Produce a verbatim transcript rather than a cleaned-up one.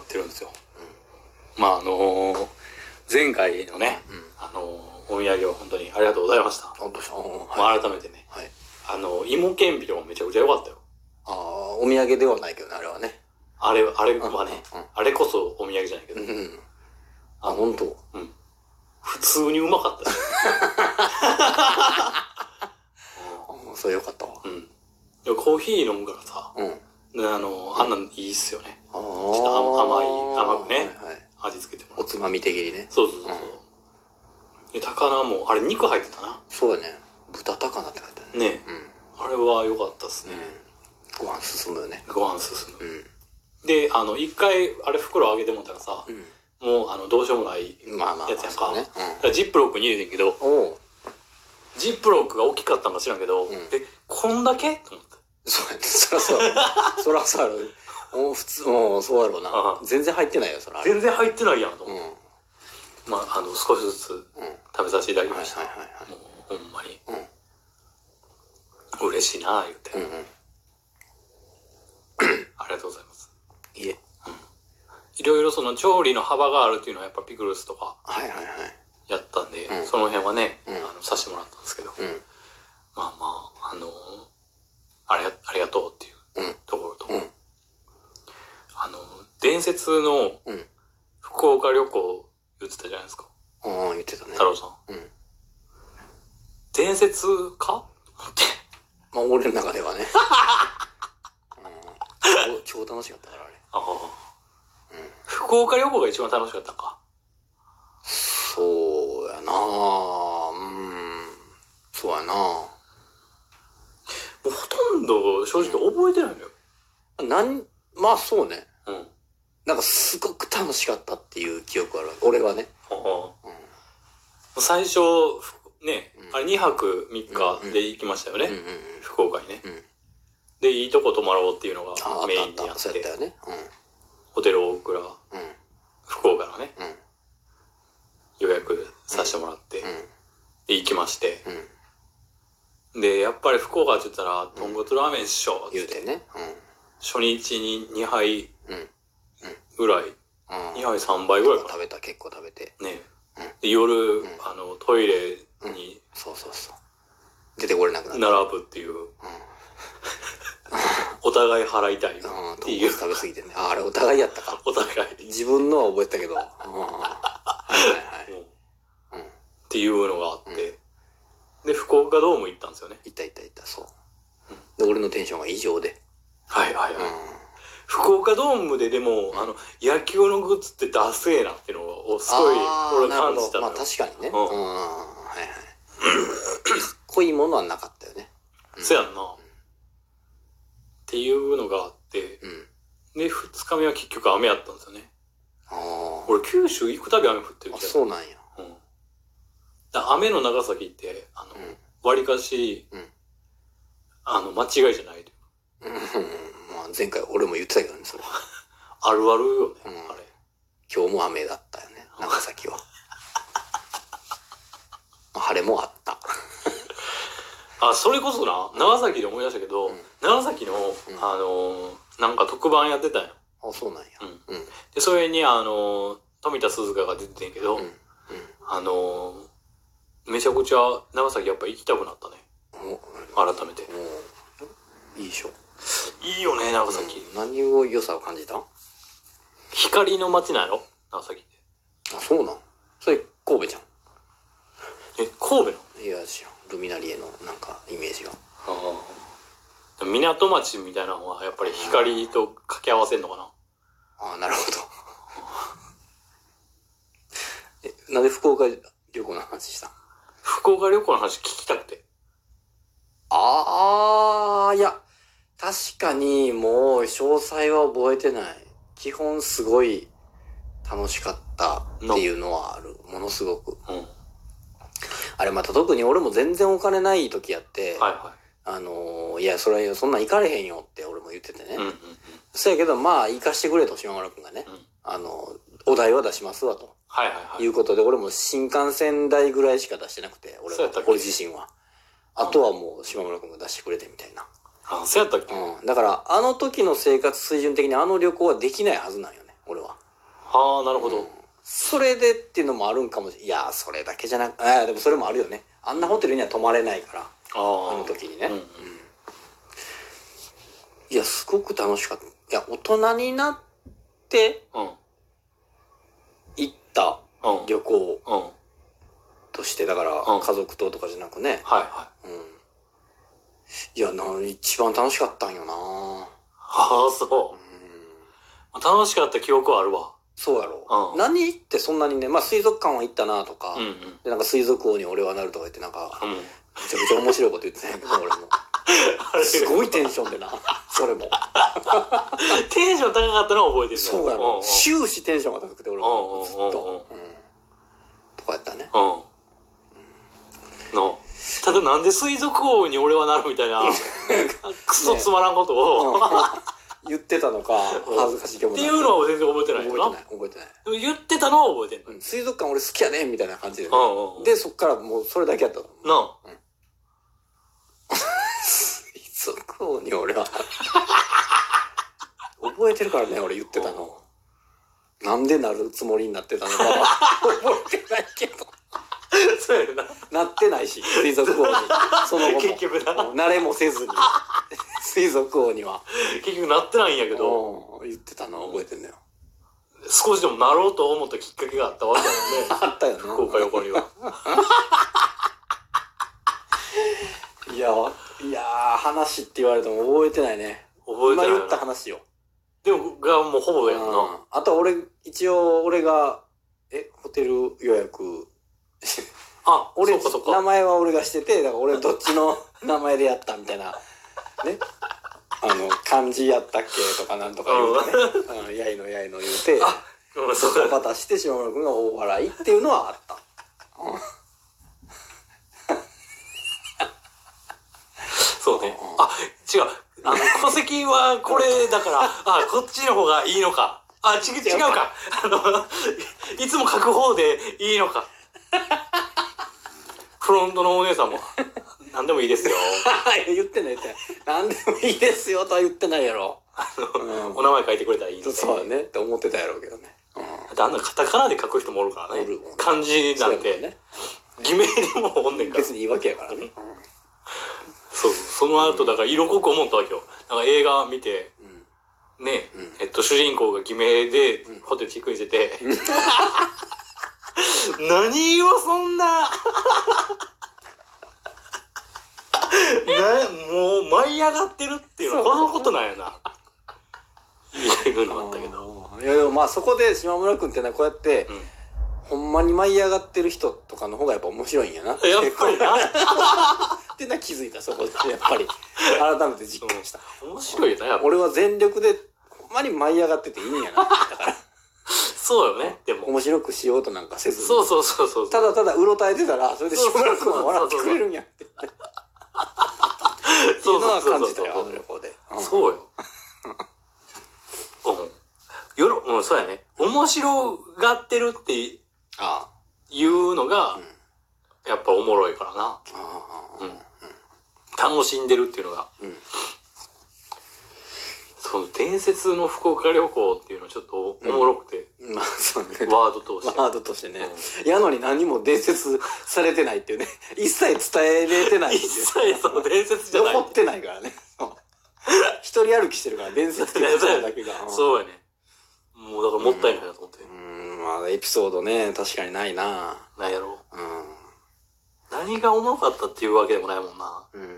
ってるんですよ。うん、まああのー、前回のね、うん、あのー、お土産を本当にありがとうございました。 本当ですか。 まあ改めてね、はい、あの芋けんぴとかもめちゃくちゃ良かったよ。 ああ、お土産ではないけどね、あれはね。 あれあれはね、うんうん、あれこそお土産じゃないけど。うん、 あ、本当。 うん。普通にうまかったです。 うん、それよかったわ。 うん。でもコーヒー飲むからさ、うん、であのあんなんいいっすよね。ちょっと甘い甘くね、はいはい、味付けてもらおつまみ的にね。 そうそうそうそう。うん、で高菜もあれ肉入ってたな。 そうやね。豚高菜って書いてあるね。 ね、うん、あれは良かったっすね。 うん、ご飯進むよね。 ご飯進む。うん、であの一回あれ袋揚げてもらったらさ、うん、もうあのどうしようもないやつやんか。ね、うん、ジップロックに入れてんけど、ジップロックが大きかったんか知らんけど、うん、えこんだけと思って。 そうやね。そらそう。そらそうやろ。もう普通、もうそうやろうな。ああ全然入ってないよ、そら。 全然入ってないやんと思って。うん、まあ、あの、少しずつ食べさせていただきました。もう、ほんまに。うん、嬉しいなぁ、言うて。うんうん、ありがとうございます。 いえ。うん、 いろいろその調理の幅があるっていうのはやっぱピクルスとか。 はいはいはい。 やったんで、うん、その辺はね、うん、あの、させてもらったんですけど。うん、まあまあ、あのー、ありが、ありがとうっていうところと。うん、あの、伝説の福岡旅行言ってたじゃないですか。 ああ、言ってたね。 太郎さん。うん。伝説かって。 まあ、俺の中ではね。うん、超楽しかったから、あれ。ああ。 うん。福岡旅行が一番楽しかったんか。 そうやなぁ。うん。そうやなぁ。もうほとんど正直覚えてないのよ。 うん、なん、まあそうね。うん。なんかすごく楽しかったっていう記憶ある。俺はね。はは、 うん、最初、ね、うん、あれにはくみっかで行きましたよね。うんうんうん、福岡にね、うん。で、いいとこ泊まろうっていうのがメインにあって。あったあった、そうやったよね。うん、ホテル大倉、うん、福岡のね、うん、予約させてもらって、うん、で、行きまして、うん、で、やっぱり福岡って言ったら、豚骨ラーメンっしょ、 言うてね。うん、 初日ににはいぐらい、うん、にはいさんばいぐらいかな。 食べた、結構食べて。ね。 うん、で夜、うん、あの、トイレに、うん、 そうそうそう。出てこれなくなった。 並ぶっていう。うん、お互い払いたいっていう。 食べ過ぎてね。あ、あれお互いやったか。 お互い。 自分のは覚えてたけど。はいはいはい。 うん。っていうのがあって。で、福岡ドーム行ったんですよね。 行った行った行った、そう。で、俺のテンションが異常で。 はいはいはい。福岡ドームででも、あの、野球のグッズってダセーなっていうのをすごい、俺感じたのよ。 まあ確かにね。うん。はいはい。濃いものはなかったよね。 そやんな。っていうのがあって、で、二日目は結局雨やったんですよね。俺九州行くたび雨降ってるけど。あ、そうなんや。うん。 雨の長崎って、あの、割かし、あの、間違いじゃないという。 うん、まあ前回俺も言ってたけどね、それ。 あるあるよね、うん、あれ。 今日も雨だったよね、長崎は。晴れもあった。 あ、それこそな、長崎で思い出したけど、うん、長崎の、うん、あのー、なんか特番やってたんよ。 あ、そうなんや。 うん。うん、で、それに、あのー、富田鈴香が出ててんけど、うんうん、あのー、めちゃくちゃ長崎やっぱ行きたくなったね。改めて。 いいでしょ。 いいよね、長崎。 うん、何を良さを感じた？ 光の街なんやろ長崎って。 あ、そうなん？それ、神戸じゃん。 え、神戸の？ いや、じゃん。ルミナリエのなんかイメージが。ああ。港町みたいなのはやっぱり光と掛け合わせんのかな？ ああ、なるほど。え、なんで福岡旅行の話した？ 福岡旅行の話聞きたくて。 ああ、いや、確かにもう詳細は覚えてない。基本すごい楽しかったっていうのはある。ものすごく。うん、あれまた特に俺も全然お金ない時やって、はいはい、あのー、いや、それそんなん行かれへんよって俺も言っててね。うんうんうん、そうやけど、まあ行かしてくれと島村くんがね、うん、あのー、お題は出しますわと。はいはいはい。いうことで、俺も新幹線代ぐらいしか出してなくて、俺は、俺自身は。あとはもう島村くんが出してくれてみたいな。 あ、そうやったっけ？ うん。だから、あの時の生活水準的にあの旅行はできないはずなんよね、俺は。 ああ、なるほど、 うん。それでっていうのもあるんかもしれない。いや、それだけじゃなく、あでもそれもあるよね。あんなホテルには泊まれないから。ああの時にね、うんうん。いや、すごく楽しかった。いや、大人になって、行った旅行として、だから、家族ととかじゃなくね。はいはい。うん。いや、な、一番楽しかったんよな。ああ、そう。うん、楽しかった記憶はあるわ。 そうやろ。うん、何ってそんなにね、まあ水族館は行ったなとか、うんうん、でなんか水族王に俺はなるとか言ってなんか、うん、めちゃくちゃ面白いこと言ってたんやけど、俺も。すごいテンションでな、それも。 テンション高かったのは覚えてる。 そうやろ。終始テンションが高くて俺もずっと。うん、とかやったね。うん。 の。ただなんで水族王に俺はなるみたいな、クソつまらんことを、ね、 言ってたのか、恥ずかしい気もっていうのは全然覚えてないよな。 覚えてない、覚えてない。 でも言ってたのは覚えてんの、 うん、水族館俺好きやねんみたいな感じで、ね。うんうん、で、そっからもうそれだけやったの。なあ。うん、水族王に俺は。覚えてるからね、俺言ってたの。なんでなるつもりになってたのかは覚えてないけど。 そうやな。 なってないし、水族王に。その後も。結局な。慣れもせずに。水族王には。 結局なってないんやけど。 言ってたのは覚えてんだよ。 少しでもなろうと思ったきっかけがあったわけだもんね。 あったよね。 福岡横には。 いや、いやー、話って言われても覚えてないね。覚えてない。今言った話よ。 でも、がもうほぼやんな。 あと俺、一応俺が、え、ホテル予約。あ、俺、そうかそうか。名前は俺がしてて、だから俺どっちの名前でやったみたいな。ね。あの、漢字やったっけとかなんとか言うてね。うん、やいのやいの言うて、あ、うん、そうパタして島村くんが大笑いっていうのはあった。 そうね。あ、違う。あの、戸籍はこれだから、あ、こっちの方がいいのか。あ、ち、違うか。あの、いつも書く方でいいのか。フロントのお姉さんも、何でもいいですよ。 言ってない言ってない。何でもいいですよとは言ってないやろ。 あの、うん、お名前書いてくれたらいいので。 そうだねって思ってたやろうけどね。 うん、だんだんカタカナで書く人もおるからね。漢字なんて、ね、偽名でもおんねんから。 別にいいわけやからね。 そう、その後だから色濃く思ったわけよ。なんか映画見て、うん、ね、うん、えっと、主人公が偽名でホテルチェックインしてて、うん、何をそんな、な、もう舞い上がってるっていうのはこのことなんやな。いうのあったけど。 いやでもまあそこで島村くんってのはこうやって、うん、ほんまに舞い上がってる人とかの方がやっぱ面白いんやな。やっぱりな。 ってのは気づいた、そこで。やっぱり。改めて実感した。 うん、面白いよな、やっぱ。 俺は全力で、ほんまに舞い上がってていいんやな。だから。 そうよね、でも。 面白くしようとなんかせずに。 そうそうそうそう。 ただただうろたえてたら、それで島村くんは笑ってくれるんやって。っていうのは感じたよ、あの旅行で。 そうよ。うん。よろ、うん、そうやね。面白がってるっていうのが、やっぱおもろいからな。うん。楽しんでるっていうのが。うん。その伝説の福岡旅行っていうのはちょっとおもろくて。 うん、まあそうね。 ワードとして。 ワードとしてね。うん、やのに何も伝説されてないっていうね。一切伝えれてない。 一切その伝説じゃない。 残ってないからね。一人歩きしてるから伝説ってやつだけが。 そうやね。もうだからもったいないなと思って。 うん、うん、まあエピソードね、確かにないな。 ないやろ。うん。何がおもろかったっていうわけでもないもんな。うん。